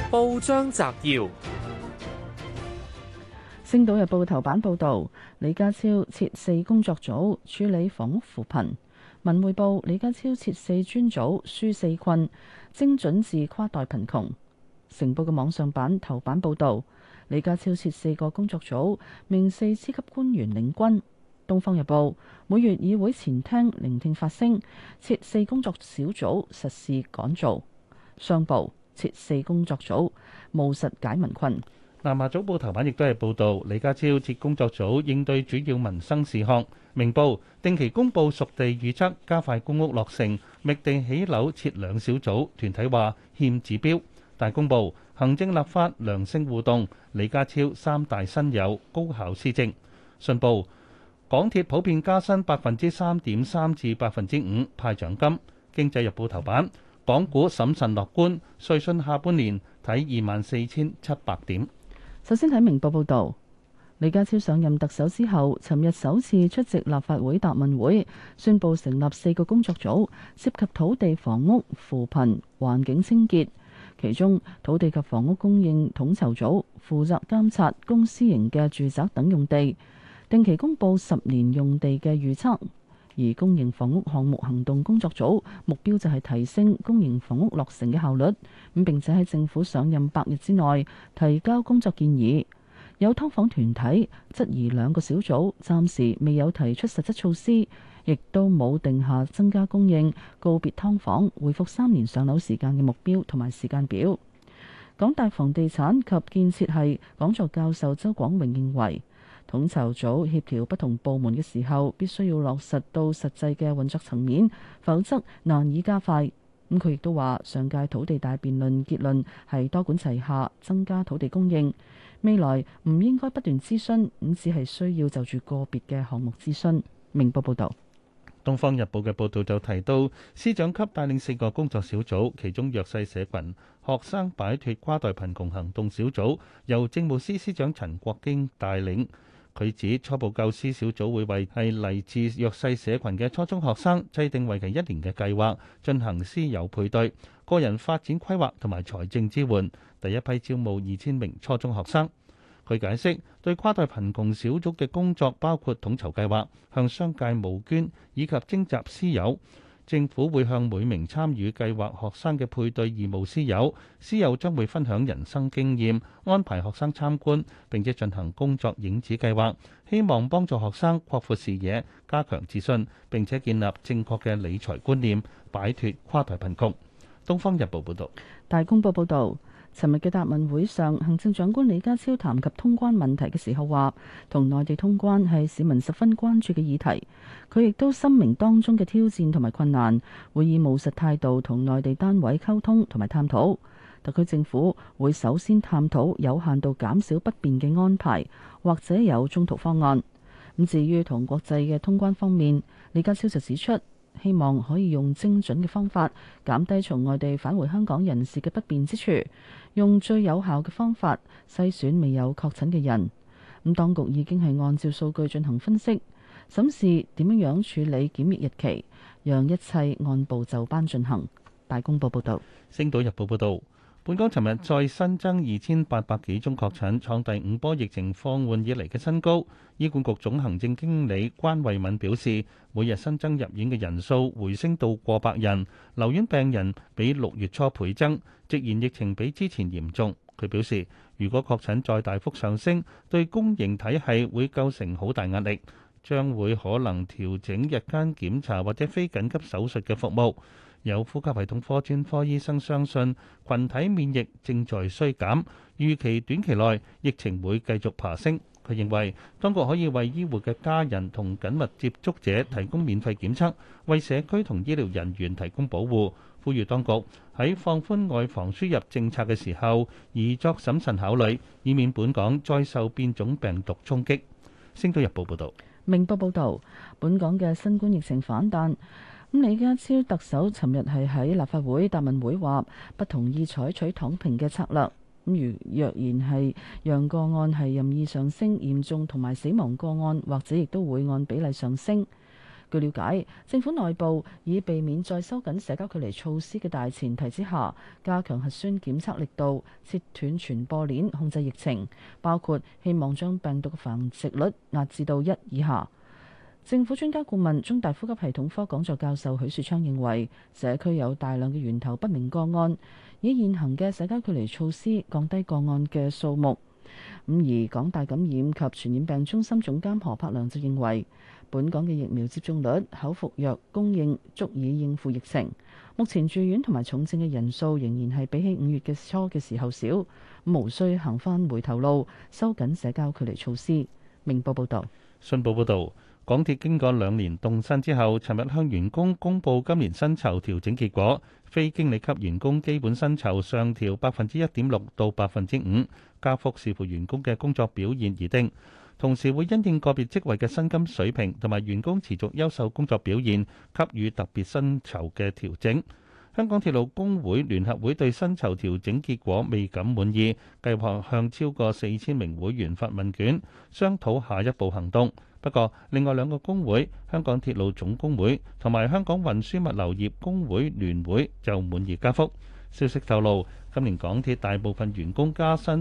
報章摘要： 星島日報頭版報導，李家超設4工作組處理房屋扶貧。文匯報，李家超設4專組紓4困，精準治跨代貧窮。成報嘅網上版頭版報導，李家超設4個工作組，命4司級官員領軍。東方日報，每月議會前廳聆聽發聲，設4工作小組實事趕做。商報，設4工作組務實解民困。 南華早報頭版亦都係報導李家超設工作組應對主要民生事項。明報，定期公佈熟地預測，加快公屋落成，覓地起樓設2小組，團體話欠指標。大公報，行政立法良性互動，李家超3大新猷，高效施政。信報，港鐵普遍加薪3.3%至5%派獎金。經濟日報頭版，港股審慎樂觀，瑞信下半年睇24,700點。 首先睇明報報導，李家超上任特首之後，尋日首次出席立法會答問會，宣布成立4個工作組，涉及土地、房屋、扶貧、環境清潔。其中土地及房屋供應統籌組負責監察公私營嘅住宅等用地，定期公佈10年用地嘅預測。而公營房屋項目行動工作組目標就係提升公營房屋落成嘅效率，咁並且喺政府上任100日之內提交工作建議。有劏房團體質疑2個小組暫時未有提出實質措施，亦都冇定下增加供應、告別劏房、回復3年上樓時間嘅目標同埋時間表。港大房地產及建設系講座教授周廣榮認為，統籌組協調不同部門嘅時候，必須要落實到實際嘅運作層面，否則難以加快。咁佢亦都話，上屆土地大辯論結論係多管齊下，增加土地供應。未來唔應該不斷諮詢，咁只係需要就住個別嘅項目諮詢。明報報導。 《東方日報》嘅報導就提到，司長級帶領4個工作小組，其中弱勢社群學生擺脱跨代貧窮行動小組由政務司司長陳國基帶領。佢指初步教師小組會為係嚟自弱勢社群嘅初中學生制定為期1年嘅計劃，進行師友配對、個人發展規劃同埋財政支援。第一批招募2000名初中學生。佢解釋，對跨代貧窮小組嘅工作包括統籌計劃、向商界募捐以及徵集師友。政府會向每名參與計劃學生嘅配對義務師友，師友將會分享人生經驗，安排學生參觀，並且進行工作影子計劃，希望幫助學生擴闊視野、加強自信，並且建立正確嘅理財觀念，擺脱跨代貧窮。《東方日報》報導。 大公報報導。尋日嘅答問會上，行政長官李家超談及通關問題嘅時候話，同內地通關係市民十分關注嘅議題。佢亦都深明當中嘅挑戰同埋困難，會以務實態度同內地單位溝通同埋探討。特區政府會首先探討有限度減少不便嘅安排，或者有中途方案。咁至於同國際嘅通關方面，李家超就指出，希望可以用精準嘅方法減低從外地返回香港人士嘅不便之處，用最有效嘅方法篩選未有確診嘅人。咁當局已經係按照數據進行分析，審視點樣處理檢疫日期，讓一切按部就班進行。大公報報導。 星島日報報導。本港尋日再新增2800幾宗確診，創第5波疫情放緩以嚟嘅新高。醫管局總行政經理關慧敏表示，每日新增入院嘅人數回升到過百人，留院病人比6月初倍增，直言疫情比之前嚴重。佢表示，如果確診再大幅上升，對公營體系會構成好大壓力，將會可能調整日間檢查或者非緊急手術嘅服務。有呼吸系統科專科醫生相信群體免疫正在衰減，預期短期內疫情會繼續爬升。佢認為當局可以為醫護嘅家人同緊密接觸者提供免費檢測，為社區同醫療人員提供保護。呼籲當局喺放寬外防輸入政策嘅時候，宜作審慎考慮，以免本港再受變種病毒衝擊。星島日報報導。 明報報導，本港嘅新冠疫情反彈。李家超特首尋日係喺立法會答問會話，不同意採取躺平嘅策略。若然係讓個案係任意上升，嚴重同埋死亡個案或者亦都會按比例上升。 據了解，政府內部以避免再收緊社交距離措施嘅大前提之下，加強核酸檢測力度，切斷傳播鏈，控制疫情，包括希望將病毒嘅繁殖率壓至到1以下。政府專家顧問、中大呼吸系統科講座教授許樹昌認為，社區有大量嘅源頭不明個案，以現行嘅社交距離措施降低個案嘅數目。而港大感染及傳染病中心總監何柏良就認為，本港嘅疫苗接種率、口服藥供應足以應付疫情。目前住院同埋重症嘅人數仍然係比起5月嘅初嘅時候少，無需行返回頭路，收緊社交距離措施。明報報道。 信報報導。港鐵經過2年凍薪之後，尋日向員工公佈今年薪酬調整結果，非經理級員工基本薪酬上調1.6%到5%，加幅視乎員工嘅工作表現而定。同時會因應個別職位嘅薪金水平同埋員工持續優秀工作表現，給予特別薪酬嘅調整。香港鐵路工會聯合會對薪酬調整結果未感滿意，計劃向超過4000名會員發問卷，商討下一步行動。不過，另外2個工會，香港鐵路總工會同埋香港運輸物流業工會聯會就滿意加幅。消息透露，今年港鐵大部分員工加薪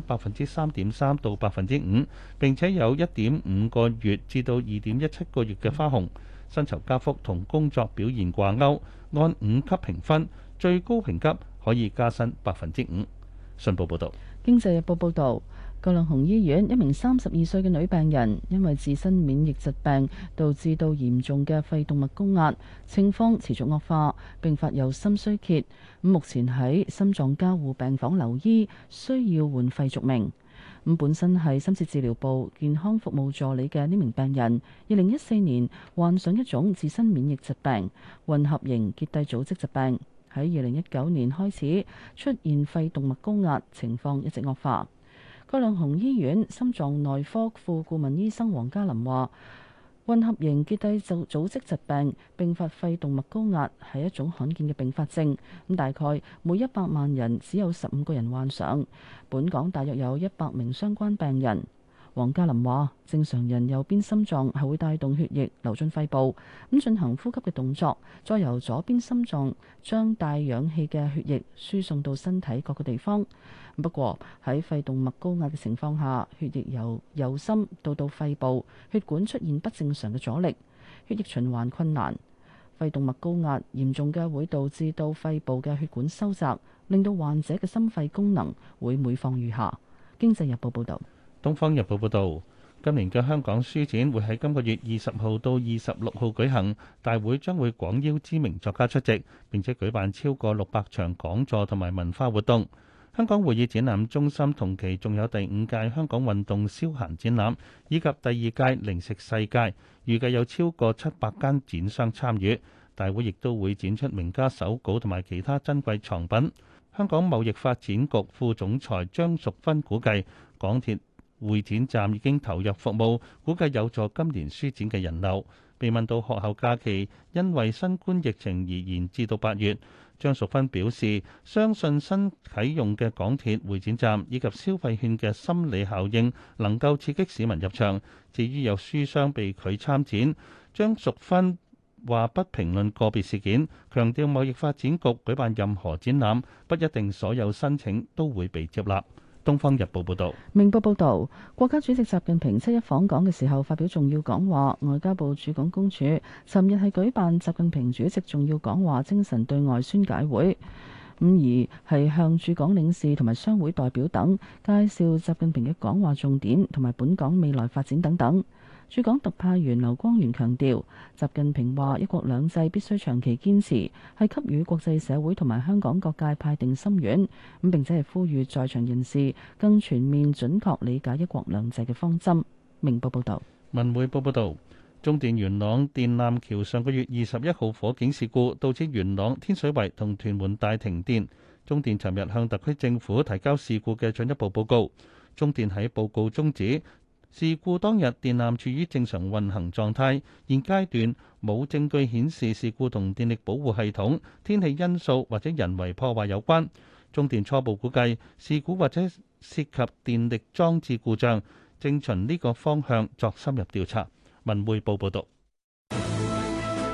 3.3%到5%，並且有1.5個月至到2.17個月嘅花紅。薪酬加幅同工作表現掛鈎，按5級評分，最高評級可以加薪5%。信報報導。 經濟日報報導。九龍紅醫院一名32歲嘅女病人，因為自身免疫疾病導致到嚴重嘅肺動脈高壓，情況持續惡化，並發有心衰竭。目前喺心臟加護病房留醫，需要換肺續命。本身係深切治療部健康服務助理嘅呢名病人，2014年患上一種自身免疫疾病混合型結締組織疾病，喺2019年開始出現肺動脈高壓，情況一直惡化。九龍紅醫院心臟內科副顧問醫生黃嘉林話，混合型結締組織疾病併發肺動脈高壓係一種罕見嘅併發症，大概每100萬人只有15個人患上，本港大約有100名相關病人。黃嘉林話，正常人右邊心臟係會帶動血液流進肺部，進行呼吸嘅動作，再由左邊心臟將帶氧氣嘅血液輸送到身體各個地方。不過喺肺動脈高壓嘅情況下，血液由右心到肺部，血管出現不正常嘅阻力，血液循環困難。肺動脈高壓嚴重嘅會導致到肺部嘅血管收窄，令到患者嘅心肺功能會每況愈下。經濟日報報導。 《東方日報》報導，今年嘅香港書展會喺今個月20號到26號舉行，大會將會廣邀知名作家出席，並且舉辦超過600場講座同埋文化活動。香港會議展覽中心同期仲有第5屆香港運動消閒展覽，以及第2屆零食世界，預計有超過700間展商參與。大會亦都會展出名家手稿同埋其他珍貴藏品。香港貿易發展局副總裁張淑芬估計，港鐵會展站已經投入服務，估計有助今年書展嘅人流。被問到學校假期因為新冠疫情而延至到8月，張淑芬表示相信新啟用嘅港鐵會展站以及消費券嘅心理效應能夠刺激市民入場。至於有書商被拒參展，張淑芬話不評論個別事件，強調貿易發展局舉辦任何展覽，不一定所有申請都會被接納。《東方日報》報導， 明報報導，國家主席習近平7一訪港嘅時候發表重要講話。外交部駐港公署尋日係舉辦習近平主席重要講話精神對外宣解會，而係向駐港領事同埋商會代表等介紹習近平嘅講話重點同埋本港未來發展等等。駐港特派員劉光源強調，習近平話一國兩制必須長期堅持，係給予國際社會同埋香港各界派定心丸，並且係呼籲在場人士更全面準確理解一國兩制嘅方針。明報報道。 文匯報報道，中電元朗電纜橋上個月21號火警事故，導致元朗、天水圍同屯門大停電。中電尋日向特區政府提交事故嘅進一步報告。中電喺報告中指，事故當日電纜處於正常運行狀態，現階段冇證據顯示事故同電力保護系統、天氣因素或者人為破壞有關。中電初步估計事故或者涉及電力裝置故障，正循呢個方向作深入調查。文匯報報道。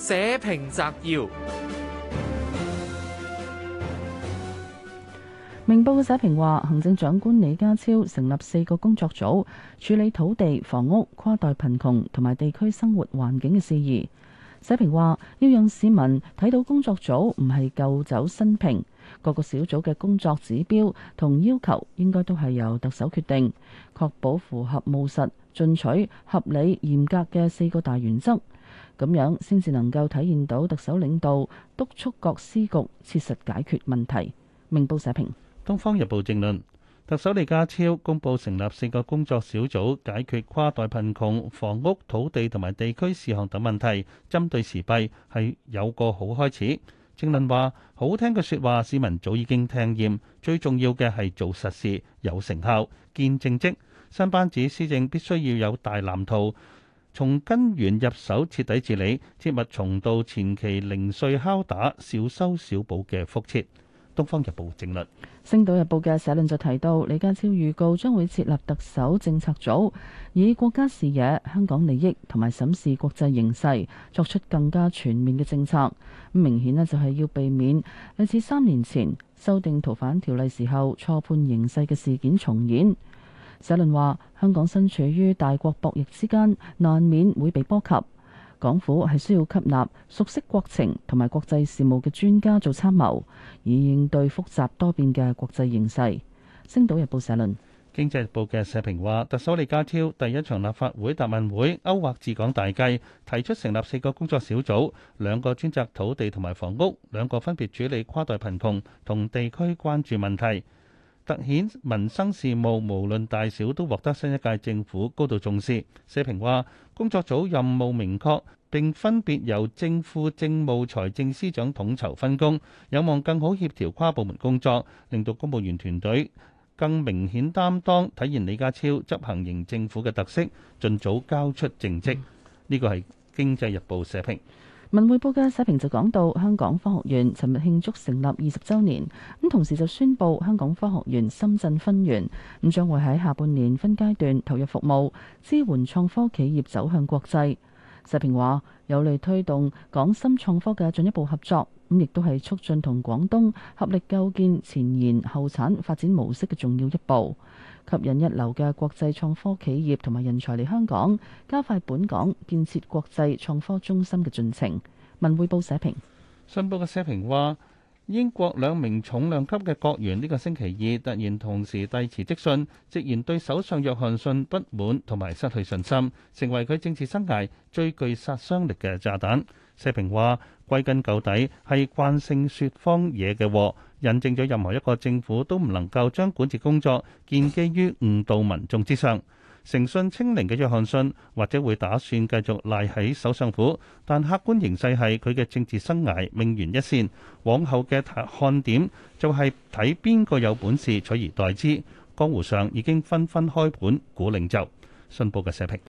社評摘要。 明報嘅社評話，行政長官李家超成立4個工作組，處理土地、房屋、跨代貧窮同埋地區生活環境嘅事宜。社評話，要讓市民睇到工作組唔係舊酒新瓶，各個小組嘅工作指標同要求應該都係由特首決定，確保符合務實、進取、合理、嚴格嘅4個大原則，咁樣先至能夠體現到特首領導督促各司局切實解決問題。明報社評。 《東方日報》正論：特首李家超公布成立4個工作小組，解決跨代貧窮、房屋、土地同埋地區事項等問題，針對時弊，係有個好開始。正論話：好聽嘅説話，市民早已經聽厭，最重要嘅係做實事，有成效，見政績。新班子施政必須要有大藍圖，從根源入手，徹底治理，切勿重蹈前期零碎敲打、小修小補嘅覆轍。《東方日報》正論。 《星島日報》嘅社論就提到，李家超預告將會設立特首政策組，以國家視野、香港利益同埋審視國際形勢，作出更加全面嘅政策。咁明顯咧就係要避免類似3年前修訂逃犯條例時候錯判形勢嘅事件重演。社論話，香港身處於大國博弈之間，難免會被波及。港府係需要吸納熟悉國情同埋國際事務嘅專家做參謀，以應對複雜多變嘅國際形勢。星島日報社論。 《經濟日報》嘅社評話，特首李家超第一場立法會答問會勾畫治港大計，提出成立4個工作小組，2個專責土地同埋房屋，2個分別處理跨代貧窮同地區關注問題，凸顯民生事務無論大小都獲得新一屆政府高度重視。社評話，工作組任務明確，並分別由正副政務財政司長統籌分工，有望更好協調跨部門工作，令到公務員團隊更明顯擔當，體現李家超執行型政府嘅特色，盡早交出政績。呢個係《經濟日報》社評。 文匯報嘅社評就講到，香港科學園尋日慶祝成立20週年，咁同時就宣布香港科學園深圳分園咁將會喺下半年分階段投入服務，支援創科企業走向國際。社評話有利推動港深創科嘅進一步合作，咁亦都係促進同廣東合力構建前研後產發展模式嘅重要一步，吸引一流嘅國際創科企業同埋人才嚟香港，加快本港建設國際創科中心嘅進程。文匯報社評。 信報嘅社評話，英國2名重量級嘅國員呢個星期二突然同時遞辭職信，直言對首相約翰遜不滿同埋失去信心，成為佢政治生涯最具殺傷力嘅炸彈。社評話，歸根究底係慣性説謊惹嘅禍，印證咗任何一個政府都唔能夠將管治工作建基於誤導民眾之上。誠信清零嘅約翰遜或者會打算繼續賴喺首相府，但客觀形勢係佢嘅政治生涯命懸一線，往後嘅看點就係睇邊個有本事取而代之。江湖上已經紛紛開盤估領袖。信報嘅社評。